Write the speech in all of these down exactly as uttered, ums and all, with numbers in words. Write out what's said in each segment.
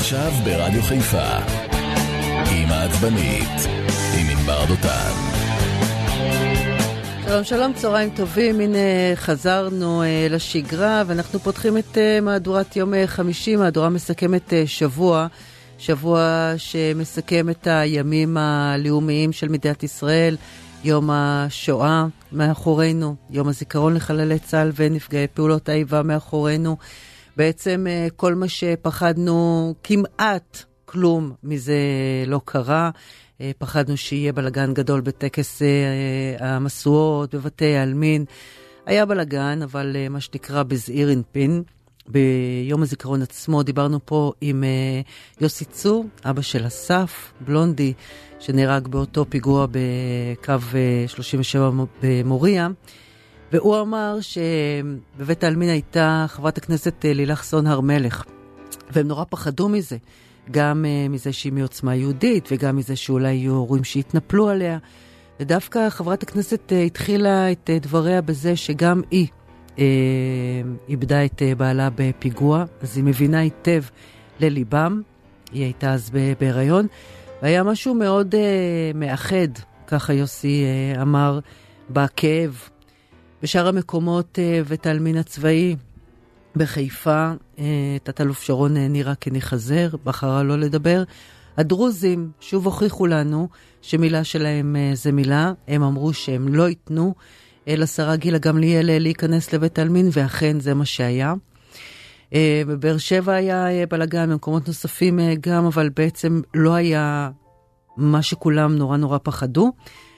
עכשיו ברדיו חיפה עם העצבנית, עם ענבר דותן. שלום שלום, צהריים טובים. הנה חזרנו uh, לשגרה ואנחנו פותחים את uh, מהדורת יום חמישי, מהדורה מסכמת uh, שבוע שבוע שמסכם את הימים הלאומיים של מדינת ישראל, יום השואה מאחורינו, יום הזיכרון לחללי צה"ל ונפגעי פעולות האיבה מאחורינו. בעצם uh, כל מה שפחדנו, כמעט כלום מזה לא קרה. פחדנו שיהיה בלגן גדול בטקס המסועות, בבתי העלמין. היה בלגן, אבל מה שנקרא בזעיר אנפין. ביום הזיכרון עצמו דיברנו פה עם יוסי צור, אבא של אסף בלונדי, שנהרג באותו פיגוע בקו שלושים ושבע במוריה. והוא אמר שבבית העלמין הייתה חברת הכנסת לילך סון הר מלך. והם נורא פחדו מזה. גם uh, מזה שהיא מעוצמה יהודית, וגם מזה שאולי יהיו הורים שהתנפלו עליה. ודווקא חברת הכנסת uh, התחילה את uh, דבריה בזה שגם היא uh, איבדה את uh, בעלה בפיגוע, אז היא מבינה היטב לליבם. היא הייתה אז בהיריון, והיה משהו מאוד uh, מאחד, ככה יוסי uh, אמר, בכאב. בשאר המקומות uh, ותלמין הצבאי, בחיפה, תת-אלוף שרון נראה כנחזר, בחרה לא לדבר. הדרוזים שוב הוכיחו לנו שמילה שלהם זה מילה. הם אמרו שהם לא ייתנו לשרה גילה גמליאל להיכנס לבית העלמין, ואכן זה מה שהיה. בבאר שבע היה בלגן, במקומות נוספים גם, אבל בעצם לא היה מה שכולם נורא נורא פחדו.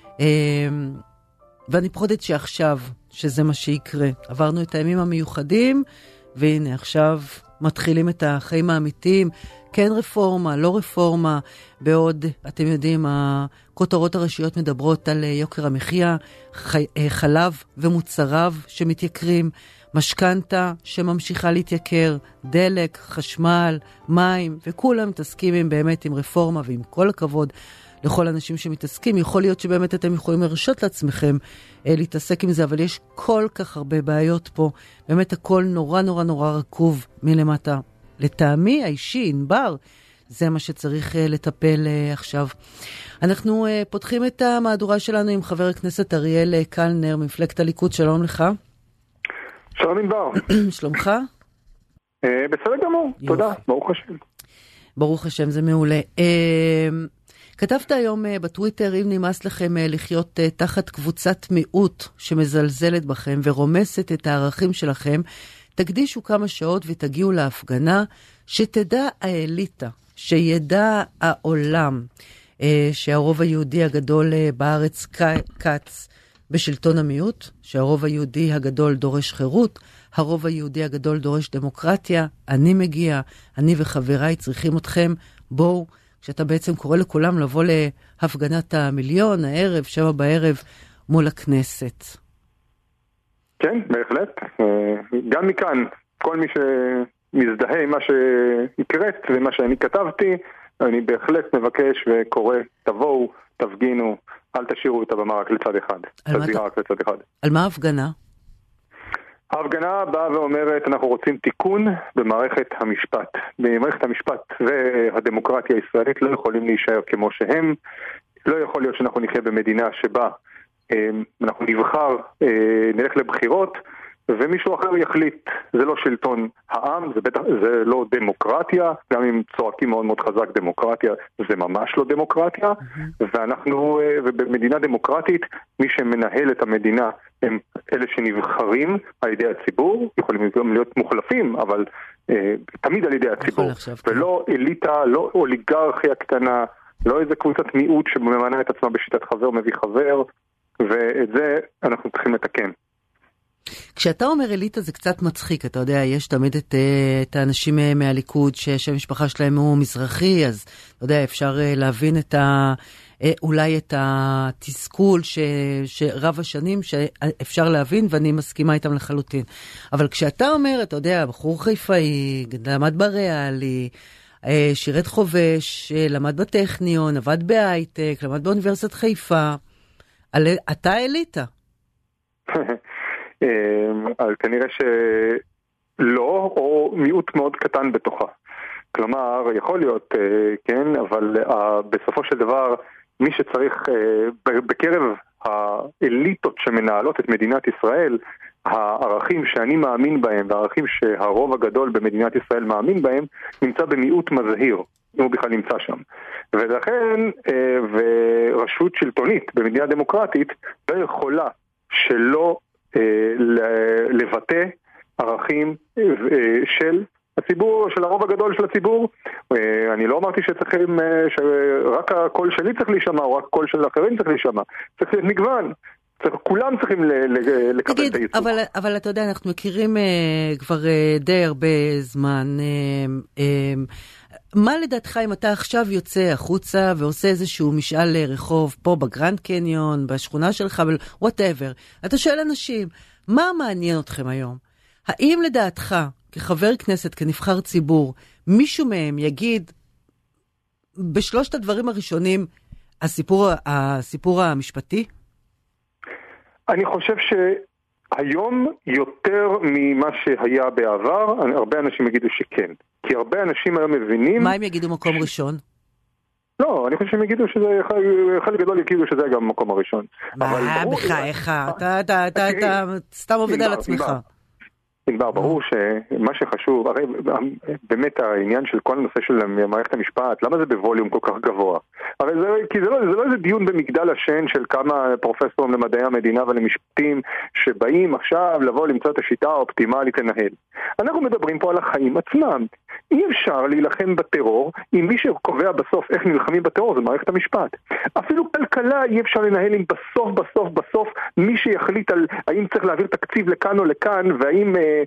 ואני פחדת שעכשיו, שזה מה שיקרה. עברנו את הימים המיוחדים, והנה עכשיו מתחילים את החיים האמיתיים. כן רפורמה, לא רפורמה. בעוד, אתם יודעים, הכותרות הראשיות מדברות על יוקר המחיה, חלב ומוצריו שמתייקרים, משכנתה שממשיכה להתייקר, דלק, חשמל, מים, וכולם מתעסקים באמת עם רפורמה, ועם כל הכבוד לכל אנשים שמתעסקים. יכול להיות שבאמת אתם יכולים לרשות לעצמכם אה, להתעסק עם זה, אבל יש כל כך הרבה בעיות פה. באמת הכל נורא נורא נורא רקוב מלמטה. לטעמי האישי, ענבר, זה מה שצריך אה, לטפל אה, עכשיו. אנחנו אה, פותחים את המהדורה שלנו עם חבר הכנסת אריאל קלנר, מפלגת הליכוד. שלום לך. שלום ענבר. שלומך? אה, בסדר גמור, תודה, ברוך השם. ברוך השם, זה מעולה. אה, כתבת היום בטוויטר, אם נמאס לכם לחיות תחת קבוצת מיעוט שמזלזלת בכם ורומסת את הערכים שלכם, תקדישו כמה שעות ותגיעו להפגנה, שתדע האליטה, שידע העולם, שהרוב היהודי הגדול בארץ קץ בשלטון המיעוט, שהרוב היהודי הגדול דורש חירות, הרוב היהודי הגדול דורש דמוקרטיה, אני מגיע, אני וחבריי צריכים אתכם, בואו, כשאתה בעצם קורא לכולם לבוא להפגנת המיליון, הערב, שבע בערב, מול הכנסת. כן, בהחלט. גם מכאן, כל מי שמזדהה עם מה שהקראת ומה שאני כתבתי, אני בהחלט מבקש וקורא, תבואו, תפגינו, אל תשאירו את הבמה רק לצד אחד. תזירה רק לצד אחד. על מה ההפגנה? ההפגנה באה ואומרת, אנחנו רוצים תיקון במערכת המשפט. במערכת המשפט והדמוקרטיה הישראלית לא יכולים להישאר כמו שהם. לא יכול להיות שאנחנו נחיה במדינה שבה אה, אנחנו נבחר, אה, נלך לבחירות, ומישהו אחר יחליט. זה לא שלטון העם, זה, בטח, זה לא דמוקרטיה, גם אם צועקים מאוד מאוד חזק דמוקרטיה, זה ממש לא דמוקרטיה, mm-hmm. ואנחנו, ובמדינה דמוקרטית, מי שמנהל את המדינה הם אלה שנבחרים על ידי הציבור, יכולים גם להיות מוחלפים, אבל אה, תמיד על ידי הציבור, ולא אליטה, לא אוליגרכיה קטנה, לא איזה קבוצת מיעוט שממנה את עצמה בשיטת חבר מביא חבר, ואת זה אנחנו צריכים לתקן. כשאתה אומר אליטה זה קצת מצחיק, אתה יודע, יש תמיד את, את האנשים מהליכוד שהמשפחה שלהם הוא מזרחי, אז אתה יודע, אפשר להבין את ה, אולי את התסכול ש, שרב השנים שאפשר להבין, ואני מסכימה איתם לחלוטין. אבל כשאתה אומר, אתה יודע, בחור חיפאי, למד בריאלי, שירת חובש, למד בטכניון, עבד בהייטק, למד באוניברסיטת חיפה, אתה אליטה. אז כנראה שלא, או מיעוט מאוד קטן בתוכה. כלומר, יכול להיות, כן, אבל בסופו של דבר, מי שצריך בקרב האליטות שמנהלות את מדינת ישראל, הערכים שאני מאמין בהם, והערכים שהרוב הגדול במדינת ישראל מאמין בהם, נמצא במיעוט מזהיר, אם הוא בכלל נמצא שם. ולכן, ורשות שלטונית במדינה דמוקרטית, לא יכולה שלא לבטא ערכים של הציבור, של הרוב הגדול של הציבור. אני לא אמרתי שצריכים, שרק הקול שלי צריך להישמע, או רק קול של אחרים צריך להישמע. צריך להיות מגוון. כולם צריכים לקבל את הייצוג. אבל, אבל אתה יודע, אנחנו מכירים כבר די הרבה זמן. מה לדעתך אם אתה עכשיו יוצא החוצה ועושה איזשהו משאל רחוב פה בגרנד קניון, בשכונה שלך, whatever, אתה שואל אנשים, מה מעניין אתכם היום? האם לדעתך, כחבר כנסת, כנבחר ציבור, מישהו מהם יגיד, בשלושת הדברים הראשונים, הסיפור, הסיפור המשפטי? אני חושב שהיום יותר ממה שהיה בעבר, הרבה אנשים יגידו שכן. כי הרבה אנשים היום מבינים... מה הם יגידו מקום ש... ראשון? לא, אני חושב שהם יגידו שזה, חלק גדול יגידו שזה גם המקום הראשון. מה, בחייך, אתה סתם עובד על עצמך. ענבר, ברור שמה שחשוב, הרי באמת העניין של כל הנושא של מערכת המשפט, למה זה בווליום כל כך גבוה? הרי זה, כי זה לא, זה לא איזה דיון במגדל השן של כמה פרופסורים למדעי המדינה ולמשפטים שבאים עכשיו לבוא למצוא את השיטה האופטימלית לנהל. אנחנו מדברים פה על החיים עצמם. אי אפשר להילחם בטרור אם מי שקובע בסוף איך נלחמים בטרור זה מערכת המשפט. אפילו כלכלה אי אפשר לנהל אם בסוף בסוף בסוף מי שיחליט על האם צריך להעביר תקציב לכאן או לכאן והאם אה,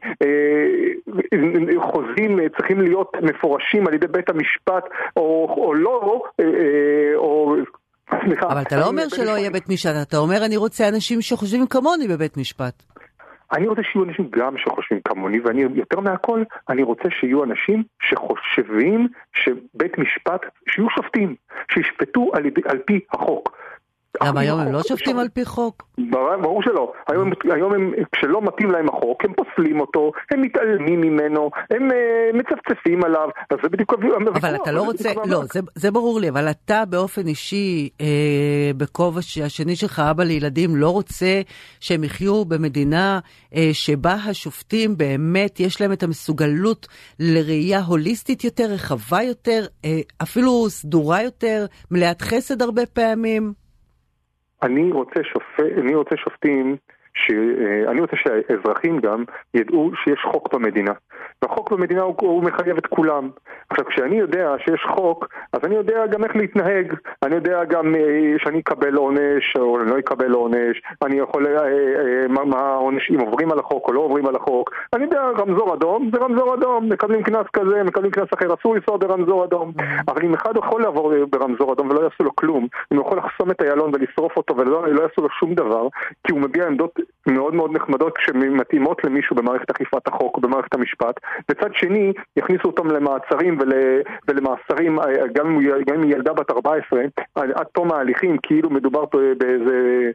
אה, חוזים אה, צריכים להיות מפורשים על ידי בית המשפט או, או לא אה, או... אבל אתה לא אומר שלא יהיה בית משפט, אתה אומר אני רוצה אנשים שחושבים כמוני בבית משפט. אני רוצה שיהיו אנשים גם שחושבים כמוני, ואני יותר מהכל, אני רוצה שיהיו אנשים שחושבים שבית משפט, שיהיו שופטים, שישפטו על, על פי החוק. גם היום הם לא שופטים על פי חוק? ברור שלא. היום, היום הם, כשלא מתאים להם החוק, הם פוסלים אותו, הם מתעלמים ממנו, הם מצפצפים עליו, אז זה בדיוק... אבל אתה לא רוצה, לא, זה, זה ברור לי, אבל אתה באופן אישי, אה, בכובע השני שלך, אבא לילדים, לא רוצה שהם יחיו במדינה אה, שבה השופטים באמת יש להם את המסוגלות לראייה הוליסטית יותר, רחבה יותר, אה, אפילו סדורה יותר, מלאת חסד הרבה פעמים. אני רוצה שופט, אני רוצה שופטים, אני רוצה שהאזרחים גם ידעו שיש חוק במדינה. והחוק במדינה הוא, הוא מחייב את כולם. עכשיו, כשאני יודע שיש חוק, אז אני יודע גם איך להתנהג. אני יודע גם שאני אקבל עונש או לא אקבל עונש. אני יכול, מה, מה העונש, אם עוברים על החוק או לא עוברים על החוק. אני יודע, רמזור אדום זה רמזור אדום. מקבלים כנס כזה, מקבלים כנס אחר. אסור לנסוע ברמזור אדום. אבל אם אחד יכול לעבור ברמזור אדום ולא יעשו לו כלום, אם הוא יכול לחסום את הילון ולשרוף אותו ולא לא יעשו לו שום דבר, כי הוא מביע עמדות מאוד מאוד נחמדות שמתאימות למישהו במערכת אכיפת החוק, במערכת המשפט. בצד שני, יכניסו אותם למעצרים ול, ולמאסרים, גם אם היא ילדה בת ארבע עשרה, עד תום ההליכים, כאילו מדובר פה באיזה,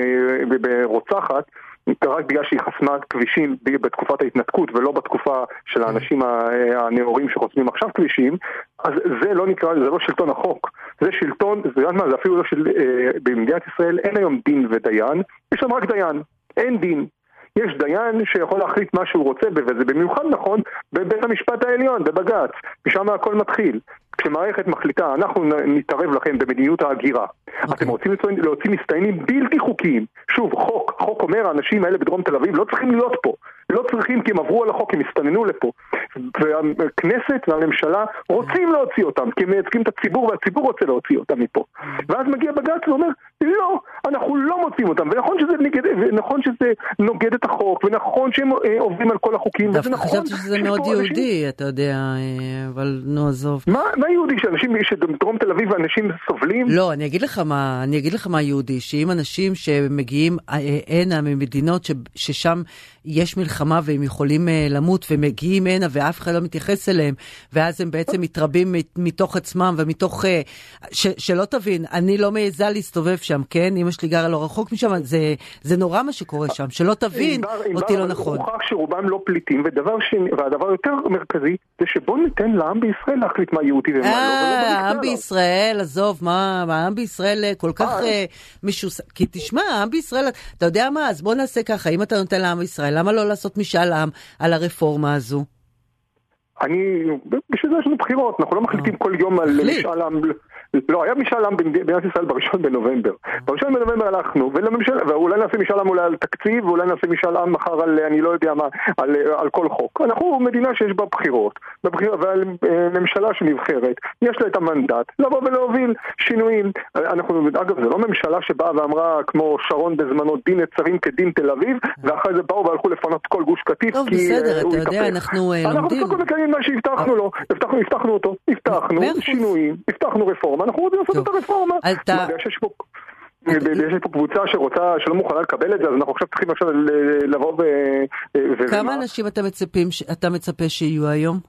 ברוצחת, רק בגלל שהיא חסמה כבישים בתקופת ההתנתקות ולא בתקופה של האנשים הנאורים שחוסמים עכשיו כבישים, אז זה לא נקרא, זה לא שלטון החוק. זה שלטון, זה, זה אפילו לא של... במדינת ישראל אין היום דין ודיין, יש שם רק דיין. אין דין. יש דיין שיכול להחליט מה שהוא רוצה, וזה במיוחד נכון בבית המשפט העליון, בבג"ץ. משם הכל מתחיל. כשמערכת מחליטה, אנחנו נתערב לכם במדיניות ההגירה. Okay. אתם רוצים להוציא מסתיינים בלתי חוקיים. שוב, חוק. החוק אומר, האנשים האלה בדרום תל אביב לא צריכים להיות פה. לא צריכים כי הם עברו על החוק, הם הסתננו לפה. והכנסת והממשלה רוצים להוציא אותם, כי הם מייצגים את הציבור, והציבור רוצה להוציא אותם מפה. ואז מגיע בג"ץ ואומר, לא, אנחנו לא מוצאים אותם. ונכון שזה, נגד, ונכון שזה נוגד את החוק, ונכון שהם עוברים על כל החוקים. דווקא חשבתי שזה מאוד יהודי, אתה יודע, אבל נו, עזוב. מה, מה יהודי? שאנשים, שדרום תל אביב ואנשים סובלים? לא, אני אגיד לך מה, אני אגיד לך מה יהודי, שאם אנשים שמגיעים הנה ממדינות ששם יש מלחמה והם יכולים למות ומגיעים הנה, ואף אחד לא מתייחס אליהם, ואז הם בעצם מתרבים מתוך עצמם, ומתוך, ש, שלא תבין, אני לא מעיזה להסתובב שם, כן? אמא שלי גרה לא רחוק משם, זה, זה נורא מה שקורה שם, שלא תבין אותי לא נכון. הוכח שרובם לא פליטים, ודבר שני, והדבר יותר מרכזי, זה שבוא ניתן לעם בישראל להחליט מה יהודי ומה לא, העם בישראל, עזוב, מה, העם בישראל כל כך משוסע, כי תשמע, העם בישראל, אתה יודע מה, אז בוא נעשה ככה, אם אתה נותן לעם בישראל, למה לא לעשות משאל עם על הרפורמה הזו? אני, בשביל זה יש לנו בחירות, אנחנו לא מחליטים כל יום על משאל עם, לא, היה משאל עם במדינת ישראל בראשון בנובמבר. בראשון בנובמבר הלכנו, ואולי נעשה משאל עם אולי על תקציב, ואולי נעשה משאל עם מחר על, אני לא יודע מה, על, על כל חוק. אנחנו מדינה שיש בה בחירות, ועל ממשלה שנבחרת, יש לה את המנדט, לבוא ולהוביל שינויים. אנחנו, אגב, זה לא ממשלה שבאה ואמרה, כמו שרון בזמנו, דין נצרים כדין תל אביב, ואחרי זה באו והלכו לפנות כל גוש קטיף, טוב, בסדר, אתה יודע, אנחנו לומדים. אנחנו מקיימים מה שהבטחנו לו, הבטחנו, הבטחנו אותו, הבטחנו שינויים, הבטחנו רפורמה, אנחנו רוצים לעשות את הרפורמה. יש פה קבוצה שרוצה, שלא מוכנה לקבל את זה, אז אנחנו עכשיו צריכים עכשיו לבוא ו... כמה אנשים אתה מצפה שיהיו היום?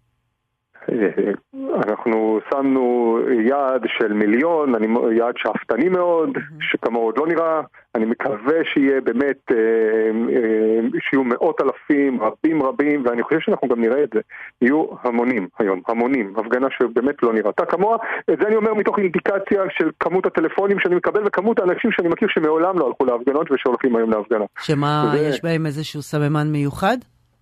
אנחנו שמנו יעד של מיליון, יעד שאפתני מאוד, שכמו עוד לא נראה, אני מקווה שיהיה באמת, שיהיו מאות אלפים, רבים רבים, ואני חושב שאנחנו גם נראה את זה. יהיו המונים היום, המונים, הפגנה שבאמת לא נראתה כמוה. את זה אני אומר מתוך אינדיקציה של כמות הטלפונים שאני מקבל, וכמות האנשים שאני מכיר שמעולם לא הלכו להפגנות ושהולכים היום להפגנה. שמה, זה... יש בהם איזשהו סממן מיוחד?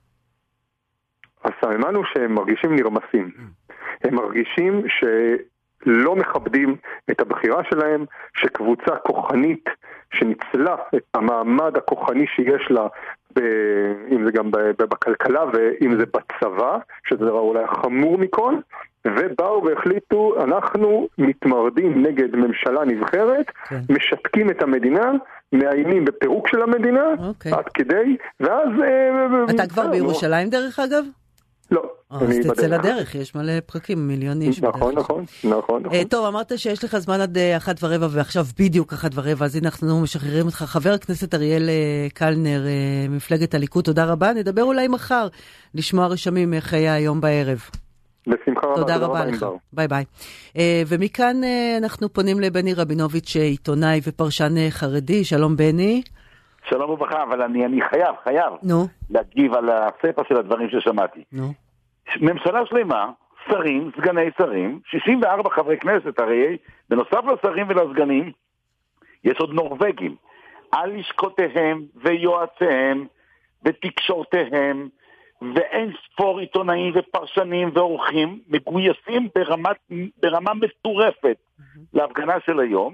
הסממן הוא שהם מרגישים נרמסים. הם מרגישים שלא מכבדים את הבחירה שלהם, שקבוצה כוחנית שניצלה את המעמד הכוחני שיש לה, ב... אם זה גם בכלכלה ואם זה בצבא, שזה דבר אולי חמור מכל, ובאו והחליטו, אנחנו מתמרדים נגד ממשלה נבחרת, כן. משתקים את המדינה, מאיימים בפירוק של המדינה, אוקיי. עד כדי, ואז... אתה כבר בירושלים דרך אגב? לא. אז תצא לדרך, יש מלא פרקים, מיליון איש. נכון, נכון, נכון. טוב, אמרת שיש לך זמן עד אחת ורבע, ועכשיו בדיוק אחת ורבע, אז הנה אנחנו משחררים אותך. חבר הכנסת אריאל קלנר, מפלגת הליכוד, תודה רבה. נדבר אולי מחר, לשמוע רשמים איך היה היום בערב. בשמחה רבה. תודה רבה לך. ביי ביי. ומכאן אנחנו פונים לבני רבינוביץ', עיתונאי ופרשן חרדי. שלום בני. שלום וברכה, אבל אני, אני חייב, חייב נו. להגיב על הספר של הדברים ששמעתי. נו. ממשלה שלמה, שרים, סגני שרים, שישים וארבע חברי כנסת, הרי בנוסף לשרים ולסגנים, יש עוד נורווגים. על לשכותיהם ויועציהם ותקשורתיהם, ואין ספור עיתונאים ופרשנים ועורכים, מגויסים ברמת, ברמה מטורפת mm-hmm. להפגנה של היום,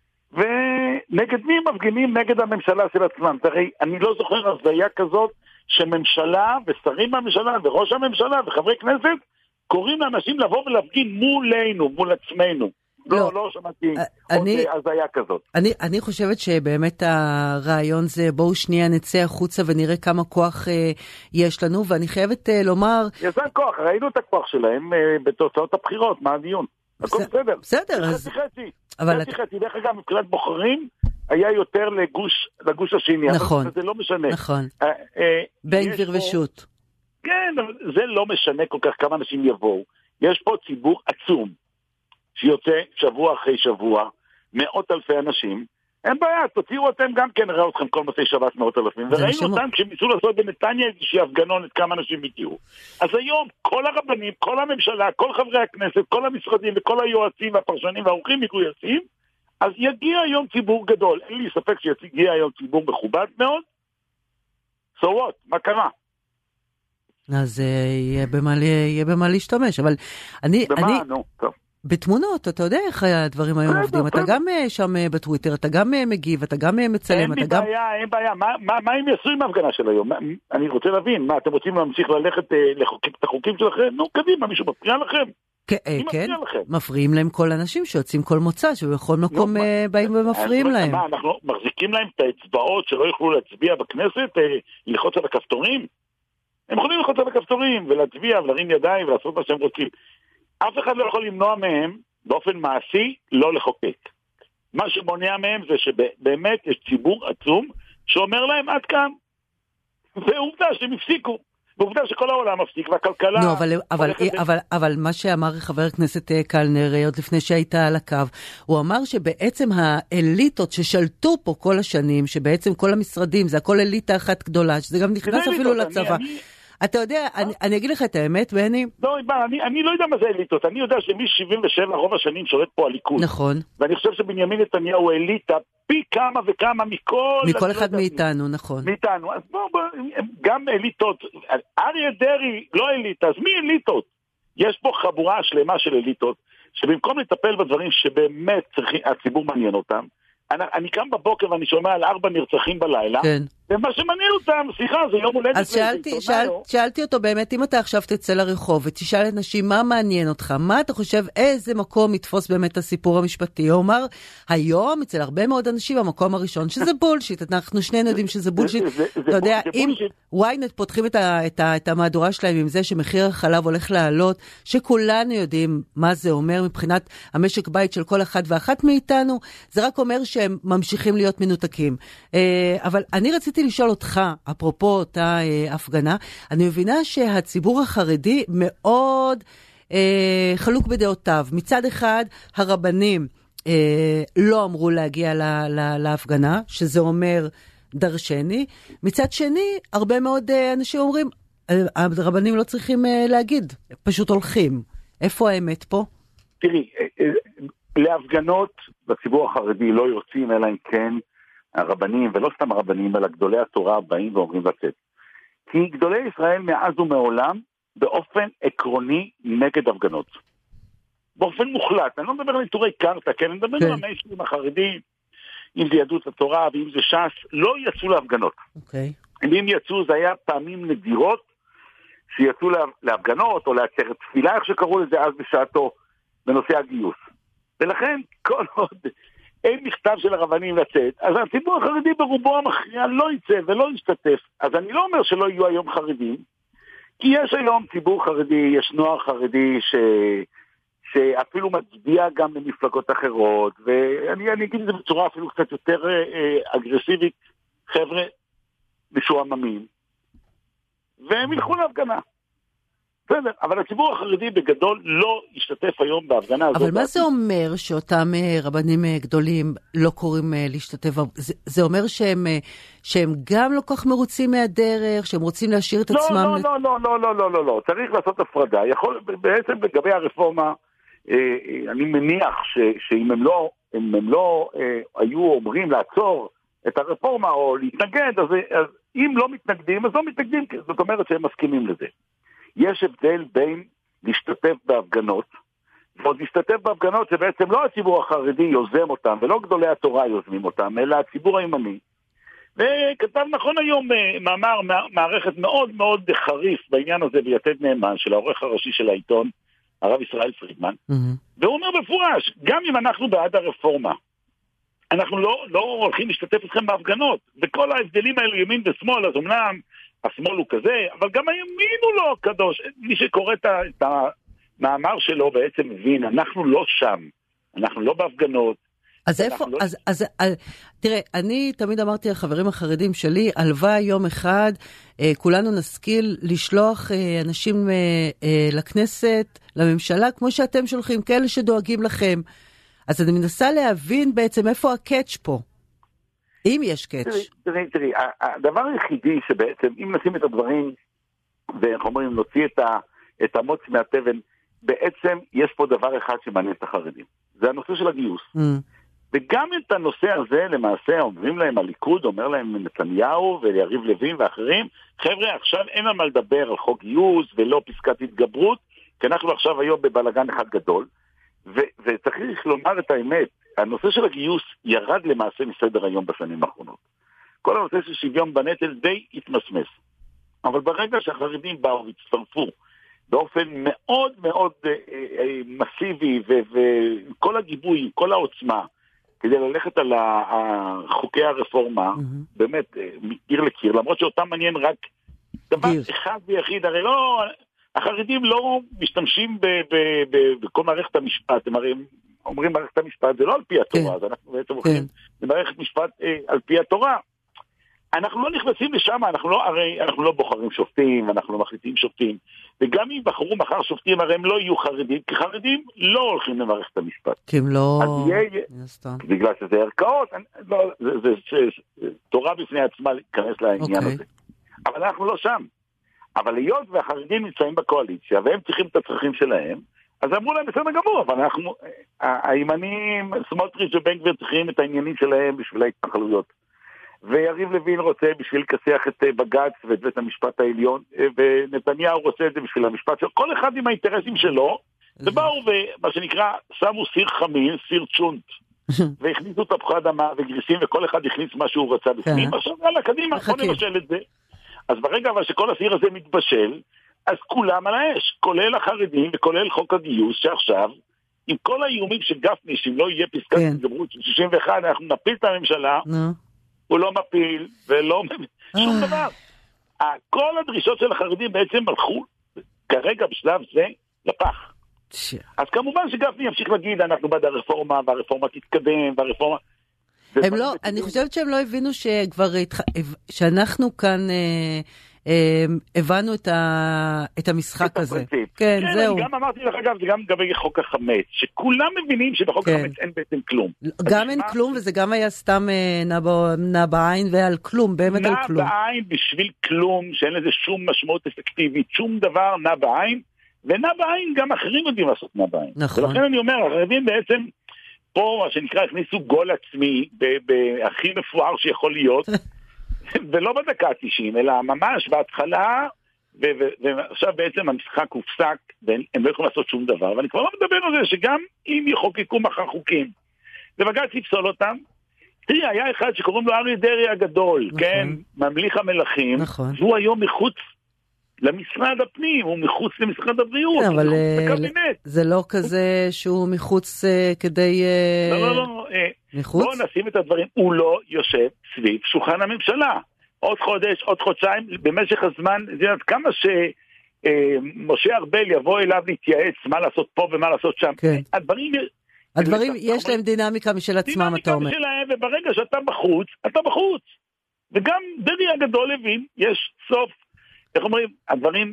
ונגד מי מפגינים? נגד הממשלה של עצמם. הרי אני לא זוכר הזיה כזאת שממשלה ושרים בממשלה וראש הממשלה וחברי כנסת קוראים לאנשים לבוא ולהפגין מולנו, מול עצמנו. לא, לא, לא שמעתי אני, עוד הזיה כזאת. אני, אני חושבת שבאמת הרעיון זה בואו שנייה נצא החוצה ונראה כמה כוח אה, יש לנו, ואני חייבת אה, לומר... יש להם כוח, ראינו את הכוח שלהם אה, בתוצאות הבחירות, מה הדיון? הכל בסדר. בסדר, אז... חצי חצי. אבל חצי חצי, דרך אגב, מבחינת בוחרים, היה יותר לגוש, לגוש השני. נכון. אבל זה לא משנה. נכון. בן גביר ושות. כן, זה לא משנה כל כך כמה אנשים יבואו. יש פה ציבור עצום, שיוצא שבוע אחרי שבוע, מאות אלפי אנשים. אין בעיה, תוציאו אתם גם כן, נראה אתכם כל מוצאי שבת מאות אלפים. וראינו אותם כשהם ניסו לעשות בנתניה איזושהי הפגנונת כמה אנשים הגיעו. אז היום כל הרבנים, כל הממשלה, כל חברי הכנסת, כל המשרדים וכל היועצים והפרשנים והעורכים מגויסים, אז יגיע היום ציבור גדול. אין לי ספק שיגיע היום ציבור מכובד מאוד. So what? מה קרה? אז יהיה במה, יהיה במה להשתמש, אבל אני... במה? אני... נו, טוב. בתמונות, אתה יודע איך הדברים היום עובדים, אתה גם שם בטוויטר, אתה גם מגיב, אתה גם מצלם, אתה גם... אין בעיה, אין בעיה, מה הם יעשו עם ההפגנה של היום? אני רוצה להבין, מה, אתם רוצים להמשיך ללכת לחוקק את החוקים שלכם? נו, קדימה, מישהו מפריע לכם? כן, מפריעים להם כל אנשים שיוצאים כל מוצא, שבכל מקום באים ומפריעים להם. מה, אנחנו מחזיקים להם את האצבעות שלא יוכלו להצביע בכנסת, ללחוץ על הכפתורים? הם יכולים ללחוץ על הכפתורים ולהצביע ולהרים ידיים ולעשות מה שהם רוצים. אף אחד לא יכול למנוע מהם, באופן מעשי, לא לחוקק. מה שמונע מהם זה שבאמת יש ציבור עצום שאומר להם עד כאן. ועובדה שהם הפסיקו. ועובדה שכל העולם מפסיק, והכלכלה... לא, אבל, אבל, אבל, אבל מה שאמר חבר הכנסת קלנר, עוד לפני שהייתה על הקו, הוא אמר שבעצם האליטות ששלטו פה כל השנים, שבעצם כל המשרדים, זה הכל אליטה אחת גדולה, שזה גם נכנס אפילו לצבא. אני, אני... אתה יודע, אני, אני אגיד לך את האמת, בני? לא, אני, אני לא יודע מה זה אליטות. אני יודע שמ-שבעים ושבע רוב השנים שולט פה הליכוד. נכון. ואני חושב שבנימין נתניהו אליטה פי כמה וכמה מכל... מכל אחד מאיתנו, נכון. מאיתנו. אז בואו, בוא, גם אליטות. אריה דרעי לא אליטה, אז מי אליטות? יש פה חבורה שלמה של אליטות, שבמקום לטפל בדברים שבאמת צריכים, הציבור מעניין אותם, אני, אני קם בבוקר ואני שומע על ארבע נרצחים בלילה, כן. ומה שמעניין אותם, סליחה, זה יום הולדת. אז שאלתי, שאל, שאלתי אותו באמת, אם אתה עכשיו תצא לרחוב ותשאל את נשים מה מעניין אותך, מה אתה חושב, איזה מקום יתפוס באמת הסיפור המשפטי? הוא אומר, היום אצל הרבה מאוד אנשים המקום הראשון, שזה בולשיט, אנחנו שנינו יודעים שזה בולשיט. אתה יודע, אם וויינט פותחים את, ה, את, ה, את המהדורה שלהם עם זה שמחיר החלב הולך לעלות, שכולנו יודעים מה זה אומר מבחינת המשק בית של כל אחד ואחת מאיתנו, זה רק אומר שהם ממשיכים להיות מנותקים. אבל אני רציתי לשאול אותך, אפרופו אותה הפגנה, אני מבינה שהציבור החרדי מאוד אה, חלוק בדעותיו. מצד אחד, הרבנים אה, לא אמרו להגיע לה, לה, להפגנה, שזה אומר דרשני. מצד שני, הרבה מאוד אה, אנשים אומרים, הרבנים לא צריכים אה, להגיד, פשוט הולכים. איפה האמת פה? תראי, להפגנות בציבור החרדי לא יוצאים, אלא אם כן הרבנים, ולא סתם הרבנים, אלא גדולי התורה באים ואומרים לצאת. כי גדולי ישראל מאז ומעולם, באופן עקרוני נגד הפגנות. באופן מוחלט. אני לא מדבר על עיטורי קרתא, כן? אני מדבר על המיינסטרים החרדי, אם זה יהדות התורה ואם זה ש"ס, לא יצאו להפגנות. אוקיי. אם יצאו, זה היה פעמים נדירות, שיצאו להפגנות, או לעצרת תפילה, איך שקראו לזה אז בשעתו, בנושא הגיוס. ולכן, כל עוד אין מכתב של הרבנים לצאת, אז הציבור החרדי ברובו המכריע לא יצא ולא ישתתף. אז אני לא אומר שלא יהיו היום חרדים, כי יש היום ציבור חרדי, יש נוער חרדי ש... שאפילו מצביע גם למפלגות אחרות, ואני אני אגיד את זה בצורה אפילו קצת יותר אה, אגרסיבית, חבר'ה משועממים, והם ילכו להפגנה. בסדר, אבל הציבור החרדי בגדול לא ישתתף היום בהפגנה הזאת. אבל מה זה אומר שאותם רבנים גדולים לא קוראים להשתתף? זה, זה אומר שהם, שהם גם לא כך מרוצים מהדרך, שהם רוצים להשאיר את לא, עצמם... לא, לא, לא, לא, לא, לא, לא, לא, צריך לעשות הפרדה. יכול, בעצם לגבי הרפורמה, אני מניח ש, שאם הם לא, אם הם לא היו אומרים לעצור את הרפורמה או להתנגד, אז, אז אם לא מתנגדים, אז לא מתנגדים, זאת אומרת שהם מסכימים לזה. יש הבדל בין להשתתף בהפגנות, ועוד להשתתף בהפגנות שבעצם לא הציבור החרדי יוזם אותם, ולא גדולי התורה יוזמים אותם, אלא הציבור הימני. וכתב נכון היום מאמר, מערכת מאוד מאוד חריף בעניין הזה ביתד נאמן, של העורך הראשי של העיתון, הרב ישראל פרידמן, mm-hmm. והוא אומר בפורש, גם אם אנחנו בעד הרפורמה, אנחנו לא, לא הולכים להשתתף אתכם בהפגנות, וכל ההבדלים האלו ימין ושמאל, אז אמנם השמאל הוא כזה, אבל גם הימין הוא לא קדוש. מי שקורא את המאמר שלו בעצם מבין, אנחנו לא שם, אנחנו לא בהפגנות. אז איפה, לא... אז, אז, אז, תראה, אני תמיד אמרתי לחברים החרדים שלי, הלוואי יום אחד, אה, כולנו נשכיל לשלוח אה, אנשים אה, אה, לכנסת, לממשלה, כמו שאתם שולחים, כאלה שדואגים לכם. אז אני מנסה להבין בעצם איפה הקאץ' פה. אם יש קאץ'. תראי, תראי, תראי, הדבר היחידי שבעצם, אם נשים את הדברים, ואנחנו אומרים, נוציא את, ה, את המוץ מהתבן, בעצם יש פה דבר אחד שמעניין את החרדים. זה הנושא של הגיוס. Mm. וגם את הנושא הזה, למעשה, אומרים להם הליכוד, אומר להם נתניהו ויריב לוין ואחרים, חבר'ה, עכשיו אין על מה לדבר על חוק גיוס ולא פסקת התגברות, כי אנחנו עכשיו היום בבלגן אחד גדול, ו- וצריך לומר את האמת, הנושא של הגיוס ירד למעשה מסדר היום בשנים האחרונות. כל הנושא של שוויון בנטל די התמסמס. אבל ברגע שהחרדים באו והצטרפו באופן מאוד מאוד אה, אה, מסיבי וכל הגיבוי, כל העוצמה, כדי ללכת על חוקי הרפורמה, mm-hmm. באמת, מקיר לקיר, למרות שאותם מעניין רק דבר גיר. אחד ויחיד, הרי לא, החרדים לא משתמשים ב, ב, ב, בכל מערכת המשפט, הם הרי אומרים מערכת המשפט, זה לא על פי התורה, כן. אז אנחנו בעצם הולכים כן. למערכת משפט אה, על פי התורה. אנחנו לא נכנסים לשם, אנחנו לא, הרי אנחנו לא בוחרים שופטים, אנחנו לא מחליטים שופטים, וגם אם בחרו מחר שופטים, הרי הם לא יהיו חרדים, כי חרדים לא הולכים למערכת המשפט. כי הם לא... יהיה, בגלל שזה ערכאות, לא, זה, זה, זה, זה תורה בפני עצמה להיכנס לעניין okay. הזה. אבל אנחנו לא שם. אבל היות והחרדים נמצאים בקואליציה, והם צריכים את הצרכים שלהם, אז אמרו להם בסדר גמור, אבל אנחנו, הימנים, סמוטריץ' ובן גביר צריכים את העניינים שלהם בשביל ההתנחלויות. ויריב לוין רוצה בשביל כסח את בג"ץ ואת בית המשפט העליון, ונתניהו רוצה את זה בשביל המשפט שלו, כל אחד עם האינטרסים שלו, ובאו ומה שנקרא, שמו סיר חמין, סיר צ'ונט, והכניסו תפוחי אדמה וגריסים, וכל אחד הכניס מה שהוא רצה בפנים, עכשיו יאללה, קדימה, בוא נבשל את זה. אז ברגע אבל שכל הסיר הזה מתבשל, אז כולם על האש, כולל החרדים וכולל חוק הגיוס, שעכשיו, עם כל האיומים של גפני, שאם לא יהיה פסקת התגברות של שישים ואחת, אנחנו נפיל את הממשלה, הוא לא מפיל, ולא שום דבר. כל הדרישות של החרדים בעצם הלכו, כרגע בשלב זה, לפח. אז כמובן שגפני ימשיך להגיד, אנחנו בעד הרפורמה, והרפורמה תתקדם, והרפורמה... הם לא, אני חושבת שהם לא הבינו שכבר, שאנחנו כאן הבנו את המשחק הזה. כן, זהו. גם אמרתי לך אגב, זה גם לגבי חוק החמץ, שכולם מבינים שבחוק החמץ אין בעצם כלום. גם אין כלום, וזה גם היה סתם נע בעין ועל כלום, באמת על כלום. נע בעין בשביל כלום, שאין לזה שום משמעות אפקטיבית, שום דבר נע בעין, ונע בעין גם אחרים יודעים לעשות נע בעין. נכון. ולכן אני אומר, החרדים בעצם... פה, מה שנקרא, הכניסו גול עצמי, בהכי מפואר שיכול להיות, ולא בדקה תשעים, אלא ממש בהתחלה, ועכשיו בעצם המשחק הופסק, והם לא יכולים לעשות שום דבר, ואני כבר לא מדבר על זה, שגם אם יחוקקו מחר חוקים, ובג"ץ יפסול אותם, תראי, היה אחד שקוראים לו אריה דרעי הגדול, כן, ממליך המלכים, והוא היום מחוץ, למשרד הפנים, הוא מחוץ למשרד הבריאות, אבל זה לא כזה שהוא מחוץ כדי... לא, לא, לא, בואו נשים את הדברים, הוא לא יושב סביב שולחן הממשלה. עוד חודש, עוד חודשיים, במשך הזמן, זה יודעת כמה שמשה ארבל יבוא אליו להתייעץ מה לעשות פה ומה לעשות שם. הדברים... הדברים, יש להם דינמיקה משל עצמם, אתה אומר. דינמיקה משלהם, וברגע שאתה בחוץ, אתה בחוץ. וגם דרעי הגדול הבין, יש סוף איך אומרים, הדברים,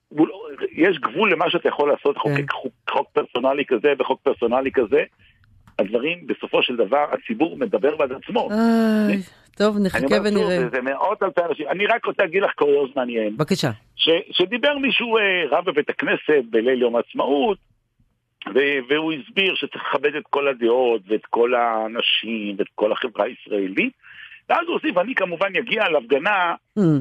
יש גבול למה שאתה יכול לעשות, חוקק חוק פרסונלי כזה וחוק פרסונלי כזה, הדברים בסופו של דבר, הציבור מדבר בעד עצמו. טוב, נחכה ונראה. זה מאות אלפי אנשים. אני רק רוצה להגיד לך קוריוז מעניין. בבקשה. שדיבר מישהו רב בבית הכנסת בליל יום העצמאות, והוא הסביר שצריך לכבד את כל הדעות ואת כל האנשים ואת כל החברה הישראלית, ואז הוא הוסיף, אני כמובן יגיע להפגנה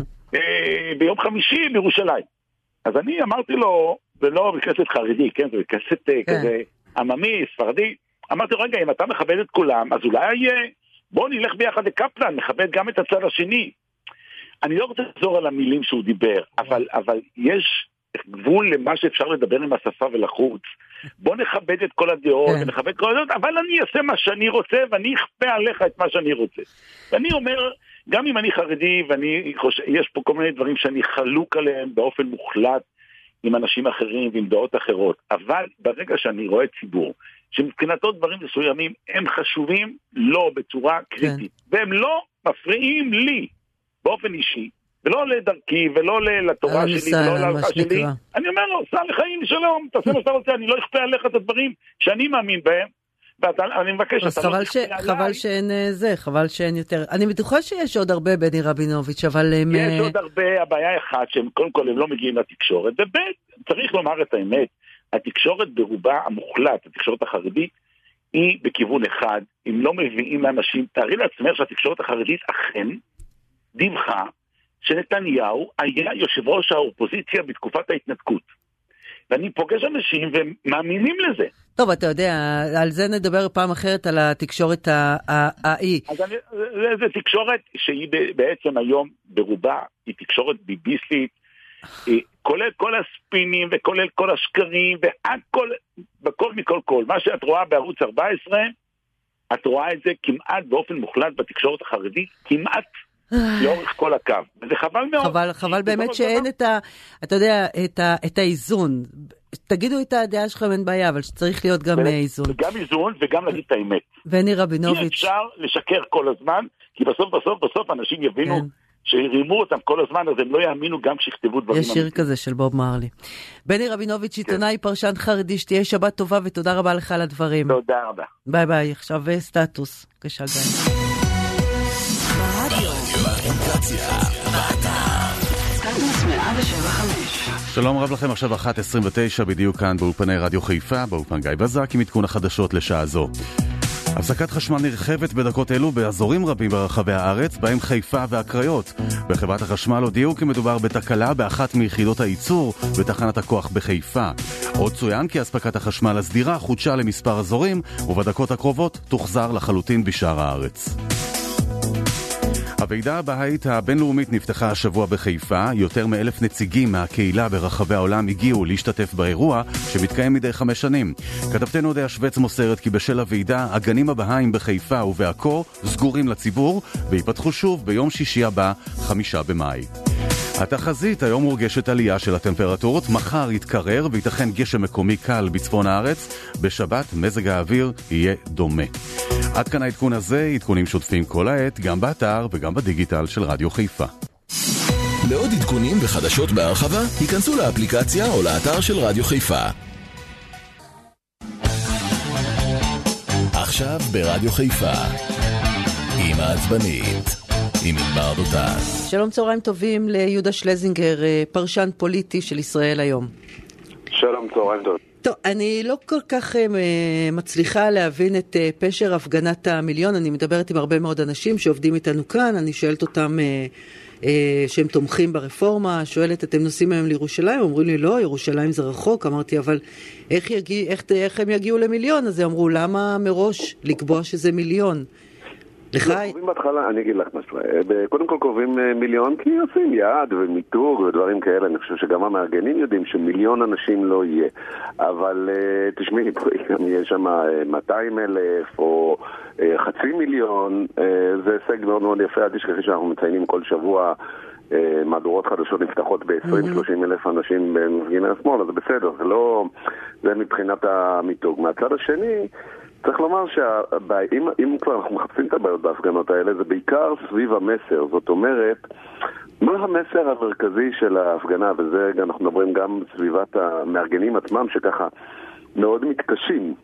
ביום חמישי בירושלים. אז אני אמרתי לו, ולא בכנסת חרדי, כן, זה בכנסת כזה עממי, ספרדי, אמרתי, רגע, אם אתה מכבד את כולם, אז אולי בוא נלך ביחד לקפלן, מכבד גם את הצד השני. אני לא רוצה לחזור על המילים שהוא דיבר, אבל, אבל יש גבול למה שאפשר לדבר עם השפה ולחוץ. בוא נכבד את כל הדעות, ונכבד את כל הדעות, אבל אני אעשה מה שאני רוצה, ואני אכפה עליך את מה שאני רוצה. ואני אומר, גם אם אני חרדי, ואני חושב, יש פה כל מיני דברים שאני חלוק עליהם באופן מוחלט, עם אנשים אחרים ועם דעות אחרות, אבל ברגע שאני רואה ציבור, שמבחינתו דברים מסוימים הם חשובים לא בצורה קריטית, כן. והם לא מפריעים לי באופן אישי, ולא לדרכי ולא לתורה שלי ולא להלכה שלי, אני אומר לו, סע לחיים שלום, תעשה מה שאתה רוצה, אני לא אכפה עליך את הדברים שאני מאמין בהם, ואני מבקש אז חבל, ש... חבל שאין זה, חבל שאין יותר. אני בטוחה שיש עוד הרבה בני רבינוביץ', אבל הם... יש עוד הרבה, הבעיה אחת, שהם קודם כל הם לא מגיעים לתקשורת, ובית, צריך לומר את האמת, התקשורת ברובה המוחלט, התקשורת החרדית, היא בכיוון אחד, אם לא מביאים לאנשים, תארי לעצמך שהתקשורת החרדית אכן דיווחה, שנתניהו היה יושב ראש האופוזיציה בתקופת ההתנתקות. ואני פוגש אנשים ומאמינים לזה. טוב, אתה יודע, על זה נדבר פעם אחרת, על התקשורת האי. אז אני, זה תקשורת שהיא בעצם היום ברובה, היא תקשורת ביביסטית, כולל כל הספינים וכולל כל השקרים, והכל, בכל מכל כל. מה שאת רואה בערוץ ארבע עשרה, את רואה את זה כמעט באופן מוחלט בתקשורת החרדית, כמעט לאורך כל הקו. וזה חבל מאוד. חבל, חבל באמת שאין את ה, אתה יודע, את ה, את האיזון. תגידו את הדעה שלכם, אין בעיה, אבל שצריך להיות גם איזון. גם איזון וגם להגיד את האמת. בני רבינוביץ'. אי אפשר לשקר כל הזמן, כי בסוף בסוף בסוף אנשים יבינו שהרימו אותם כל הזמן, אז הם לא יאמינו גם שיכתבו דברים. יש שיר כזה של בוב מרלי. בני רבינוביץ', עיתונאי, פרשן חרדי, שתהיה שבת טובה ותודה רבה לך על הדברים. תודה רבה. ביי ביי, עכשיו סטטוס. בבקשה גיא. שלום רב לכם, עכשיו אחת עשרים ותשע בדיוק כאן באולפני רדיו חיפה, באולפן גיא בזק עם עדכון החדשות לשעה זו. הפסקת חשמל נרחבת בדקות אלו באזורים רבים ברחבי הארץ, בהם חיפה והקריות. בחברת החשמל הודיעו כי מדובר בתקלה באחת מיחידות הייצור בתחנת הכוח בחיפה. עוד צוין כי אספקת החשמל הסדירה חודשה למספר אזורים, ובדקות הקרובות תוחזר לחלוטין בשאר הארץ. הוועידה הבאית הבינלאומית נפתחה השבוע בחיפה. יותר מאלף נציגים מהקהילה ברחבי העולם הגיעו להשתתף באירוע שמתקיים מדי חמש שנים. כתבתנו דיה שווץ מוסרת כי בשל הוועידה הגנים הבאיים בחיפה ובעכו סגורים לציבור ויפתחו שוב ביום שישי הבא, חמישה במאי. התחזית היום מורגשת עלייה של הטמפרטורות, מחר יתקרר ויתכן גשם מקומי קל בצפון הארץ, בשבת מזג האוויר יהיה דומה. עד כאן העדכון הזה, עדכונים שוטפים כל העת, גם באתר וגם בדיגיטל של רדיו חיפה. לעוד עדכונים וחדשות בהרחבה, היכנסו לאפליקציה או לאתר של רדיו חיפה. עכשיו ברדיו חיפה, עם העצבנית. עם ענבר דותן. שלום, צהריים טובים ליהודה שלזינגר, פרשן פוליטי של ישראל היום. שלום, צהריים טוב. טוב, אני לא כל כך uh, מצליחה להבין את uh, פשר הפגנת המיליון. אני מדברת עם הרבה מאוד אנשים שעובדים איתנו כאן, אני שואלת אותם uh, uh, שהם תומכים ברפורמה, שואלת, אתם נוסעים היום לירושלים? אומרים לי, לא, ירושלים זה רחוק. אמרתי, אבל איך, יגיע, איך, איך הם יגיעו למיליון? אז הם אמרו, למה מראש לקבוע שזה מיליון? קובעים בהתחלה, אני אגיד לך משהו, קודם כל קובעים מיליון כי עושים יעד ומיתוג ודברים כאלה. אני חושב שגם המארגנים יודעים שמיליון אנשים לא יהיה, אבל תשמעי, אם יהיה שם מאתיים אלף או חצי מיליון, זה הישג מאוד מאוד יפה. עד שכחי שאנחנו מציינים כל שבוע מהדורות חדשות נפתחות ב-עשרים שלושים אלף אנשים במפגיני השמאל, אז זה בסדר, זה לא, זה מבחינת המיתוג. מהצד השני צריך לומר שאם כבר אנחנו מחפשים את הבעיות בהפגנות האלה, זה בעיקר סביב המסר. זאת אומרת, מה המסר המרכזי של ההפגנה? וזה אנחנו מדברים גם בסביבת המארגנים עצמם שככה מאוד מתקשים.